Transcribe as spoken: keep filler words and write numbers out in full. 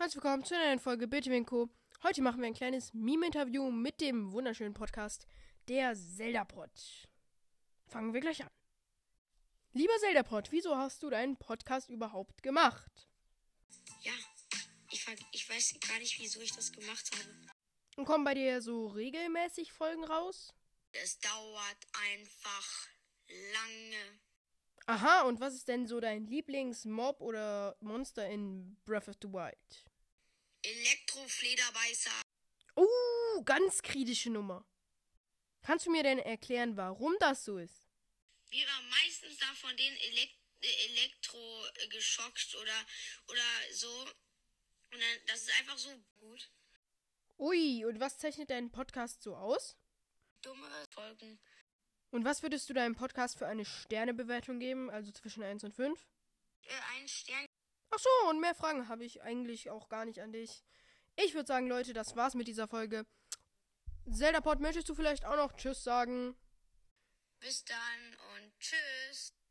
Herzlich willkommen zu einer neuen Folge Bitwinko. Heute machen wir ein kleines Meme-Interview mit dem wunderschönen Podcast der Zelda-Pod. Fangen wir gleich an. Lieber Zelda-Pod, wieso hast du deinen Podcast überhaupt gemacht? Ja, ich, ich weiß gar nicht, wieso ich das gemacht habe. Und kommen bei dir so regelmäßig Folgen raus? Es dauert einfach lange. Aha, und was ist denn so dein Lieblings-Mob oder Monster in Breath of the Wild? Elektroflederbeißer. Uh, ganz kritische Nummer. Kannst du mir denn erklären, warum das so ist? Wir waren meistens da von den Elekt Elektro äh, geschockt oder, oder so. Und dann, das ist einfach so gut. Ui, und was zeichnet deinen Podcast so aus? Dumme Folgen. Und was würdest du deinem Podcast für eine Sternebewertung geben, also zwischen eins und fünf? Äh, ein Stern. Ach so, und mehr Fragen habe ich eigentlich auch gar nicht an dich. Ich würde sagen, Leute, das war's mit dieser Folge. Zelda-Pod, möchtest du vielleicht auch noch Tschüss sagen? Bis dann und tschüss.